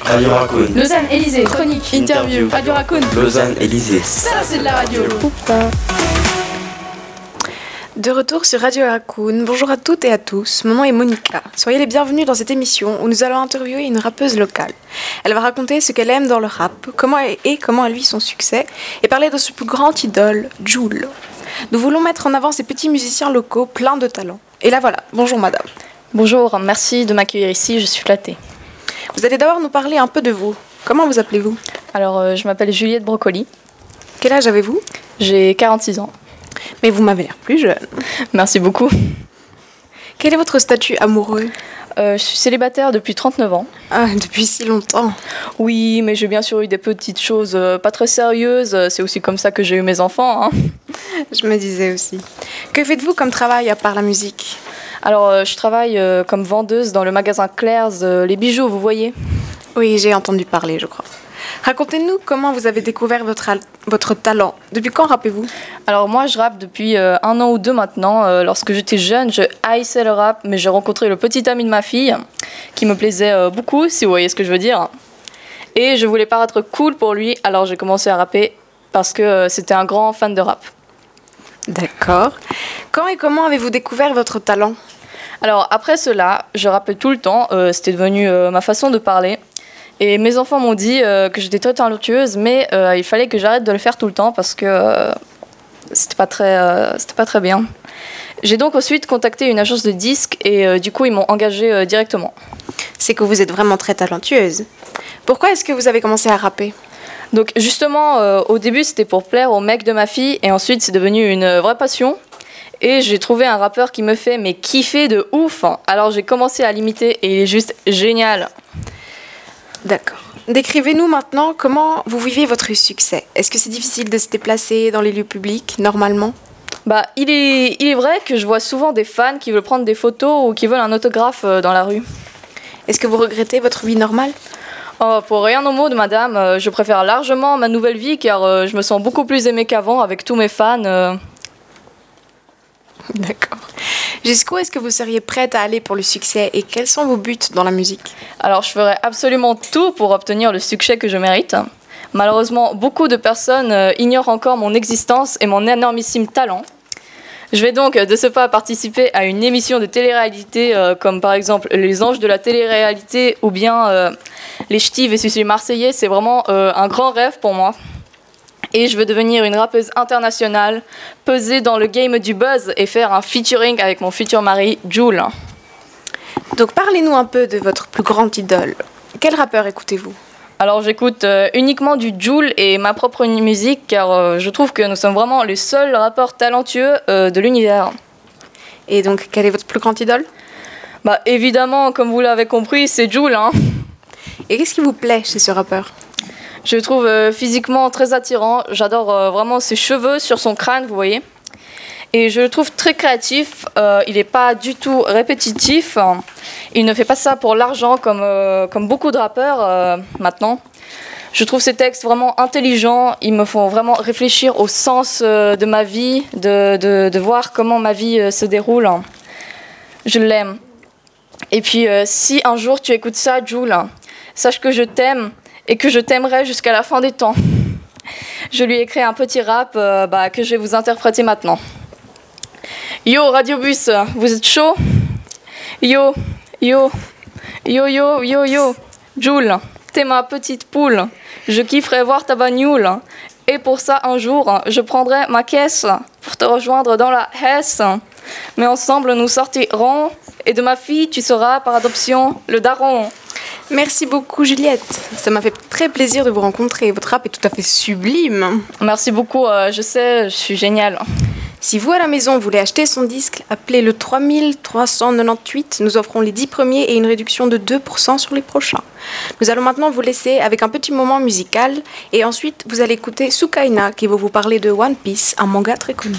Radio Raccoon. Lausanne, Élysée, chronique, interview, Radio Raccoon. Lausanne, Élysée. Ça, c'est de la radio. De retour sur Radio Raccoon, bonjour à toutes et à tous, mon nom est Monica. Soyez les bienvenus dans cette émission où nous allons interviewer une rappeuse locale. Elle va raconter ce qu'elle aime dans le rap, comment elle vit son succès, et parler de son plus grand idole, Jul. Nous voulons mettre en avant ces petits musiciens locaux pleins de talent. Et là voilà, bonjour madame. Bonjour, merci de m'accueillir ici, je suis flattée. Vous allez d'abord nous parler un peu de vous. Comment vous appelez-vous ? Alors, je m'appelle Juliette Brocoli. Quel âge avez-vous ? J'ai 46 ans. Mais vous m'avez l'air plus jeune. Merci beaucoup. Quel est votre statut amoureux ? Je suis célibataire depuis 39 ans. Ah, depuis si longtemps. Oui, mais j'ai bien sûr eu des petites choses pas très sérieuses. C'est aussi comme ça que j'ai eu mes enfants. Hein. Je me disais aussi. Que faites-vous comme travail à part la musique ? Alors, je travaille comme vendeuse dans le magasin Claire's, les bijoux, vous voyez ? Oui, j'ai entendu parler, je crois. Racontez-nous comment vous avez découvert votre talent. Depuis quand rappez-vous ? Alors moi, je rappe depuis 1 an ou 2 maintenant. Lorsque j'étais jeune, je haïssais le rap, mais j'ai rencontré le petit ami de ma fille, qui me plaisait beaucoup, si vous voyez ce que je veux dire. Et je voulais paraître cool pour lui, alors j'ai commencé à rapper, parce que c'était un grand fan de rap. D'accord. Quand et comment avez-vous découvert votre talent ? Alors après cela, je rappais tout le temps, c'était devenu ma façon de parler. Et mes enfants m'ont dit que j'étais très talentueuse, mais il fallait que j'arrête de le faire tout le temps parce que c'était pas très bien. J'ai donc ensuite contacté une agence de disques et du coup ils m'ont engagée directement. C'est que vous êtes vraiment très talentueuse. Pourquoi est-ce que vous avez commencé à rapper ? Donc justement, au début c'était pour plaire au mec de ma fille et ensuite c'est devenu une vraie passion. Et j'ai trouvé un rappeur qui me fait kiffer de ouf. Alors j'ai commencé à l'imiter et il est juste génial. D'accord. Décrivez-nous maintenant comment vous vivez votre succès. Est-ce que c'est difficile de se déplacer dans les lieux publics, normalement ? Il est vrai que je vois souvent des fans qui veulent prendre des photos ou qui veulent un autographe dans la rue. Est-ce que vous regrettez votre vie normale ? Oh, pour rien au monde, madame, je préfère largement ma nouvelle vie car je me sens beaucoup plus aimée qu'avant avec tous mes fans. D'accord. Jusqu'où est-ce que vous seriez prête à aller pour le succès et quels sont vos buts dans la musique ? Alors, je ferai absolument tout pour obtenir le succès que je mérite. Malheureusement, beaucoup de personnes ignorent encore mon existence et mon énormissime talent. Je vais donc de ce pas participer à une émission de télé-réalité comme par exemple Les Anges de la télé-réalité ou bien Les Ch'tis versus les Marseillais. C'est vraiment un grand rêve pour moi. Et je veux devenir une rappeuse internationale, peser dans le game du buzz et faire un featuring avec mon futur mari, Jul. Donc parlez-nous un peu de votre plus grande idole. Quel rappeur écoutez-vous ? Alors j'écoute uniquement du Jul et ma propre musique car je trouve que nous sommes vraiment les seuls rappeurs talentueux de l'univers. Et donc quelle est votre plus grande idole ? Évidemment, comme vous l'avez compris, c'est Jul. Hein. Et qu'est-ce qui vous plaît chez ce rappeur ? Je le trouve physiquement très attirant. J'adore vraiment ses cheveux sur son crâne, vous voyez. Et je le trouve très créatif. Il n'est pas du tout répétitif. Il ne fait pas ça pour l'argent comme beaucoup de rappeurs maintenant. Je trouve ses textes vraiment intelligents. Ils me font vraiment réfléchir au sens de ma vie, de voir comment ma vie se déroule. Je l'aime. Et puis, si un jour tu écoutes ça, Jul, sache que je t'aime. Et que je t'aimerai jusqu'à la fin des temps. Je lui ai écrit un petit rap que je vais vous interpréter maintenant. Yo, Radiobus, vous êtes chaud ? Yo, yo, yo, yo, yo, yo. Jul, t'es ma petite poule. Je kifferais voir ta bagnoule. Et pour ça, un jour, je prendrai ma caisse pour te rejoindre dans la Hesse. Mais ensemble, nous sortirons. Et de ma fille, tu seras par adoption le daron. Merci beaucoup Juliette, ça m'a fait très plaisir de vous rencontrer, votre rap est tout à fait sublime. Merci beaucoup, je sais, je suis géniale. Si vous à la maison voulez acheter son disque, appelez le 3398, nous offrons les 10 premiers et une réduction de 2% sur les prochains. Nous allons maintenant vous laisser avec un petit moment musical et ensuite vous allez écouter Sukaina qui va vous parler de One Piece, un manga très connu.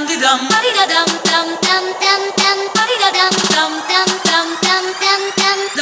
Dum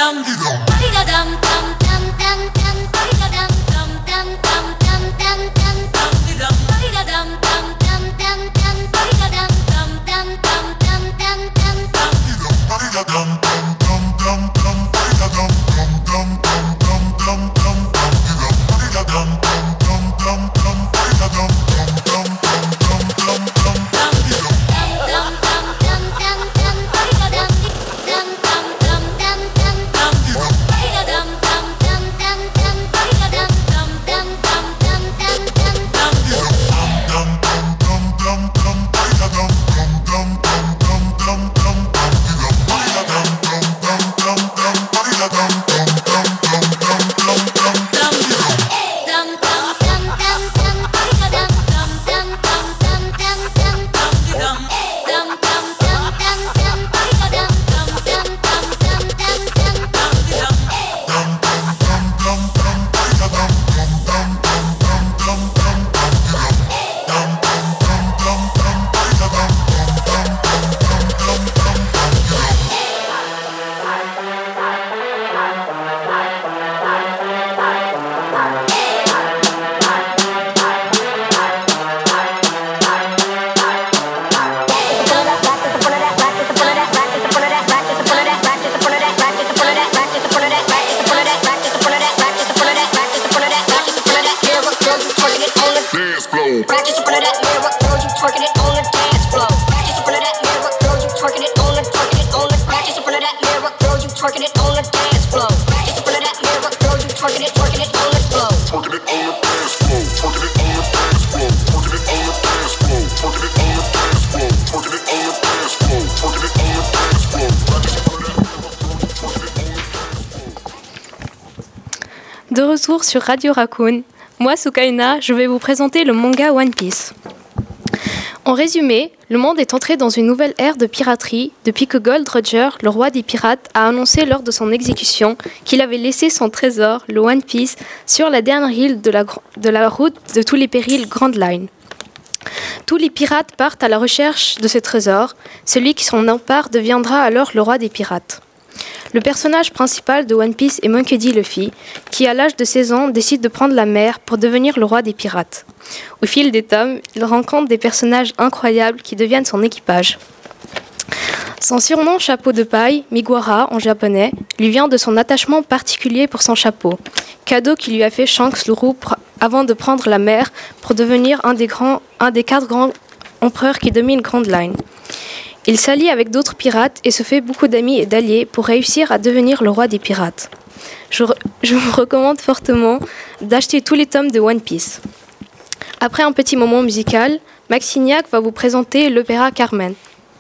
De retour sur Radio Raccoon, moi Sukaina, je vais vous présenter le manga One Piece. En résumé, le monde est entré dans une nouvelle ère de piraterie depuis que Gold Roger, le roi des pirates, a annoncé lors de son exécution qu'il avait laissé son trésor, le One Piece, sur la dernière île de la route de tous les périls Grand Line. Tous les pirates partent à la recherche de ce trésor. Celui qui s'en empare deviendra alors le roi des pirates. Le personnage principal de One Piece est Monkey D. Luffy, qui à l'âge de 16 ans décide de prendre la mer pour devenir le roi des pirates. Au fil des tomes, il rencontre des personnages incroyables qui deviennent son équipage. Son surnom chapeau de paille, Migwara en japonais, lui vient de son attachement particulier pour son chapeau, cadeau qui lui a fait Shanks le roux avant de prendre la mer pour devenir un des 4 grands empereurs qui dominent Grand Line. Il s'allie avec d'autres pirates et se fait beaucoup d'amis et d'alliés pour réussir à devenir le roi des pirates. Je vous recommande fortement d'acheter tous les tomes de One Piece. Après un petit moment musical, Maxignac va vous présenter l'opéra Carmen.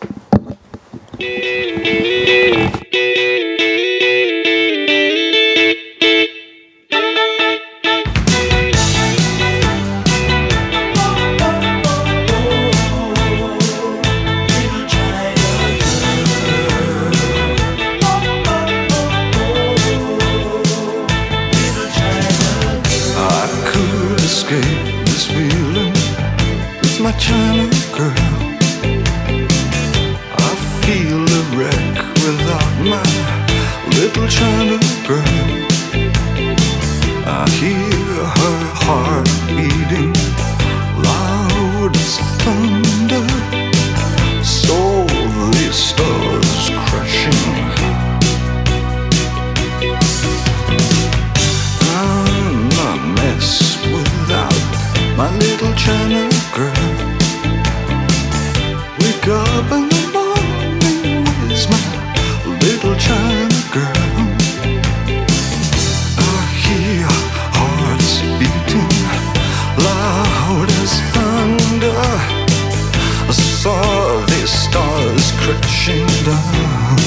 My China girl, I feel a wreck without my little China girl. I hear her heart beating loud as thunder, so the stars crashing. I'm a mess without my little China girl. Wake up in the morning, where's my little China girl? I hear hearts beating loud as thunder. I saw the stars crashing down.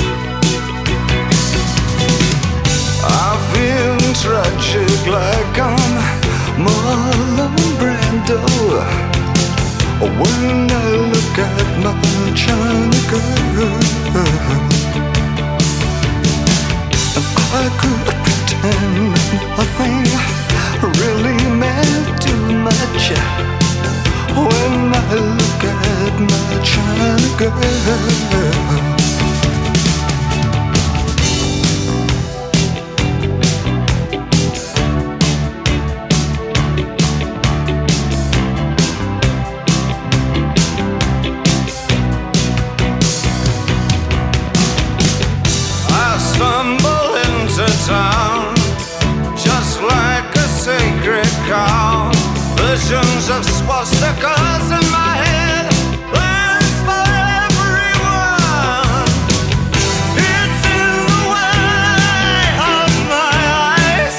I feel tragic like I'm Marlon Brando when I look at my China girl. And I could pretend nothing really meant too much when I look at my China girl. Town, just like a sacred cow. Visions of swastikas in my head, plans for everyone. It's in the way of my eyes.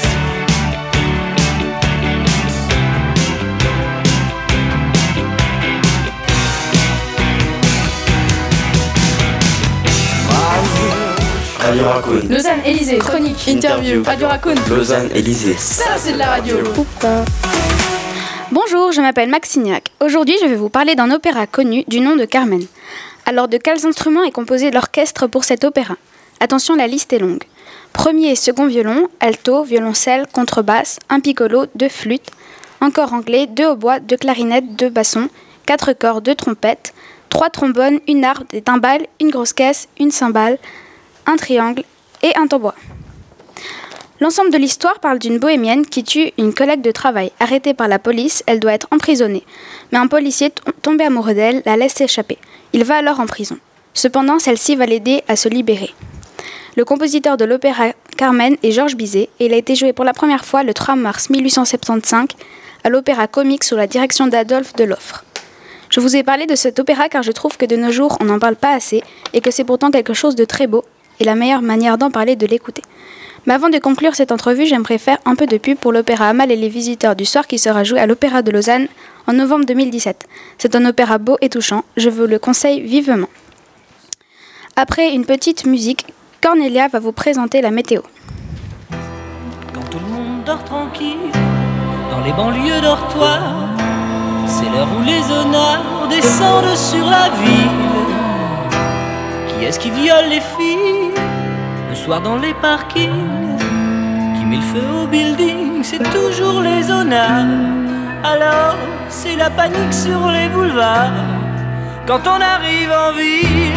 Radio Raccoon. Lausanne, Élysée, chronique, interview, Radio Raccoon. Lausanne, Élysée. Ça, c'est de la radio. Bonjour, je m'appelle Maxignac. Aujourd'hui, je vais vous parler d'un opéra connu du nom de Carmen. Alors, de quels instruments est composé l'orchestre pour cet opéra ? Attention, la liste est longue. Premier et second violon, alto, violoncelle, contrebasse, un piccolo, 2 flûtes, un cor anglais, 2 hautbois, 2 clarinettes, 2 bassons, 4 cordes, 2 trompettes, 3 trombones, une harpe, des timbales, une grosse caisse, une cymbale, un triangle et un tambour. L'ensemble de l'histoire parle d'une bohémienne qui tue une collègue de travail. Arrêtée par la police, elle doit être emprisonnée. Mais un policier tombé amoureux d'elle la laisse s'échapper. Il va alors en prison. Cependant, celle-ci va l'aider à se libérer. Le compositeur de l'opéra Carmen est Georges Bizet et il a été joué pour la première fois le 3 mars 1875 à l'Opéra Comique sous la direction d'Adolphe Deloffre. Je vous ai parlé de cet opéra car je trouve que de nos jours on n'en parle pas assez et que c'est pourtant quelque chose de très beau et la meilleure manière d'en parler est de l'écouter. Mais avant de conclure cette entrevue, j'aimerais faire un peu de pub pour l'opéra Amal et les visiteurs du soir qui sera joué à l'Opéra de Lausanne en novembre 2017. C'est un opéra beau et touchant, je vous le conseille vivement. Après une petite musique, Cornelia va vous présenter la météo. Quand tout le monde dort tranquille dans les banlieues dortoirs. C'est l'heure où les honneurs descendent sur la ville. Qui est-ce qui viole les filles le soir dans les parkings? Qui met le feu au building? C'est toujours les honneurs. Alors c'est la panique sur les boulevards quand on arrive en ville.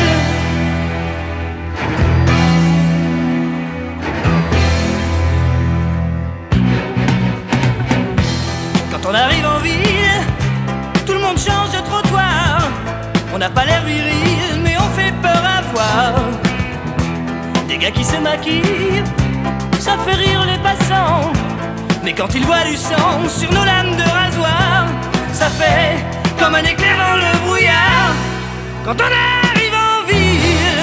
Quand on arrive en ville, tout le monde change de trottoir. On n'a pas l'air viril, mais on fait peur à voir. Des gars qui se maquillent, ça fait rire les passants. Mais quand ils voient du sang sur nos lames de rasoir, ça fait comme un éclair dans le brouillard. Quand on arrive en ville,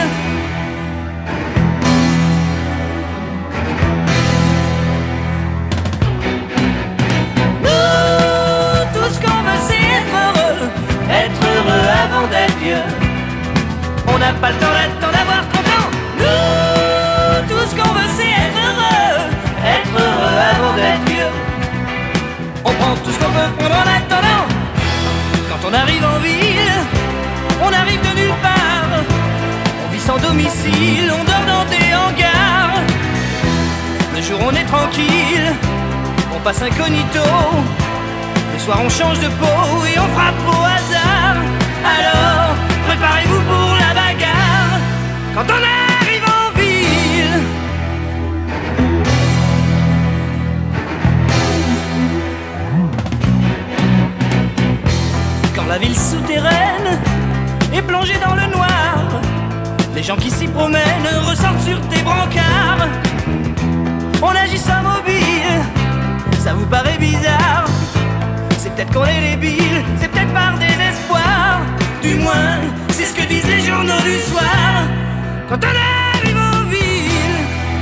nous, tout ce qu'on veut c'est être heureux avant d'être vieux. On n'a pas le temps d'attendre d'avoir 30 ans. Nous, tout ce qu'on veut c'est être heureux avant d'être vieux. On prend tout ce qu'on peut prendre en attendant. Quand on arrive en ville, on arrive de nulle part. On vit sans domicile, on dort dans des hangars. Le jour on est tranquille, on passe incognito. Le soir on change de peau et on frappe au hasard. Alors préparez-vous pour la bagarre. Quand on arrive en ville, quand la ville souterraine est plongée dans le noir, les gens qui s'y promènent ressortent sur des brancards. On agit sans mobile, ça vous paraît bizarre. C'est peut-être qu'on est débile, c'est peut-être par désespoir. Du moins, c'est ce que disent les journaux du soir. Quand on arrive en ville,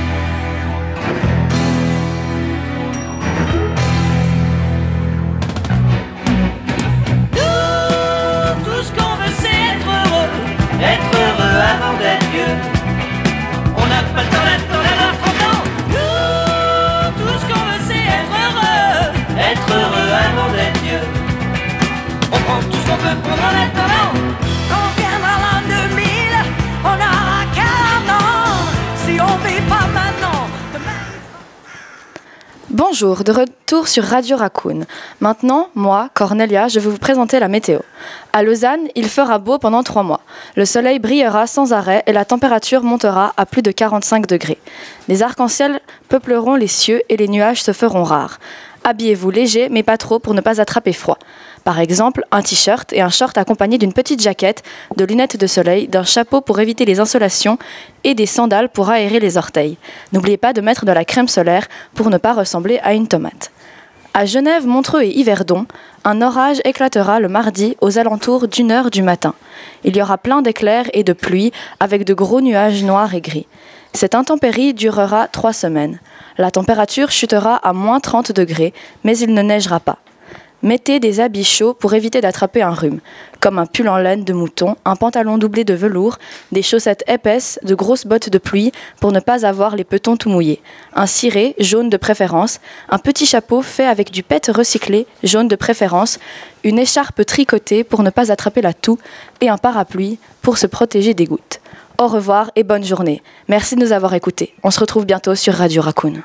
nous, tout ce qu'on veut c'est être heureux avant d'être vieux. On n'a pas le temps d'attendre d'avoir 30 ans. Nous, tout ce qu'on veut c'est être heureux avant d'être vieux. On prend tout ce qu'on peut prendre en attendant. Quand viendra l'an 2000, on aura 40 ans. Si on vit pas maintenant, demain... Bonjour, de retour sur Radio Raccoon. Maintenant, moi, Cornelia, je vais vous présenter la météo. À Lausanne, il fera beau pendant 3 mois. Le soleil brillera sans arrêt et la température montera à plus de 45 degrés. Des arcs-en-ciel peupleront les cieux et les nuages se feront rares. Habillez-vous léger, mais pas trop pour ne pas attraper froid. Par exemple, un t-shirt et un short accompagnés d'une petite jaquette, de lunettes de soleil, d'un chapeau pour éviter les insolations et des sandales pour aérer les orteils. N'oubliez pas de mettre de la crème solaire pour ne pas ressembler à une tomate. À Genève, Montreux et Yverdon, un orage éclatera le mardi aux alentours d'1h du matin. Il y aura plein d'éclairs et de pluie avec de gros nuages noirs et gris. Cette intempérie durera 3 semaines. La température chutera à moins 30 degrés, mais il ne neigera pas. Mettez des habits chauds pour éviter d'attraper un rhume, comme un pull en laine de mouton, un pantalon doublé de velours, des chaussettes épaisses, de grosses bottes de pluie pour ne pas avoir les petons tout mouillés, un ciré, jaune de préférence, un petit chapeau fait avec du pet recyclé, jaune de préférence, une écharpe tricotée pour ne pas attraper la toux et un parapluie pour se protéger des gouttes. Au revoir et bonne journée. Merci de nous avoir écoutés. On se retrouve bientôt sur Radio Raccoon.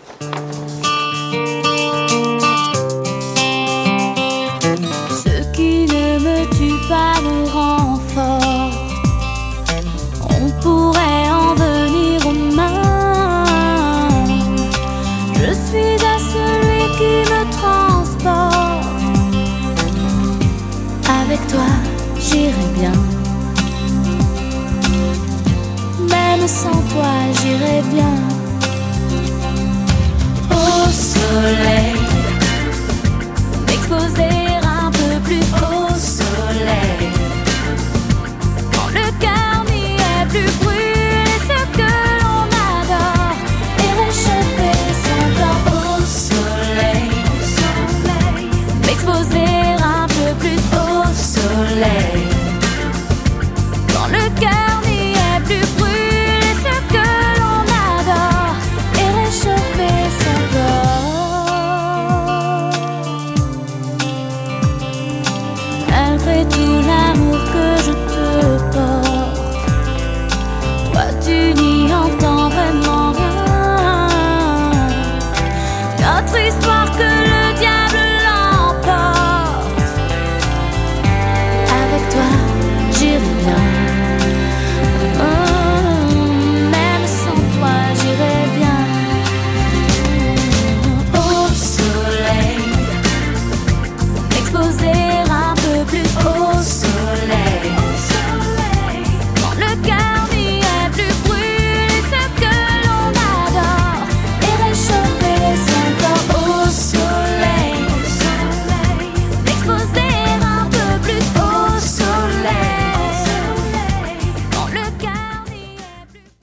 Ce qui ne me tue pas me rend fort. On pourrait en venir aux mains. Je suis à celui qui me transporte. Avec toi, j'irai bien. Même sans toi, j'irai bien. Au soleil.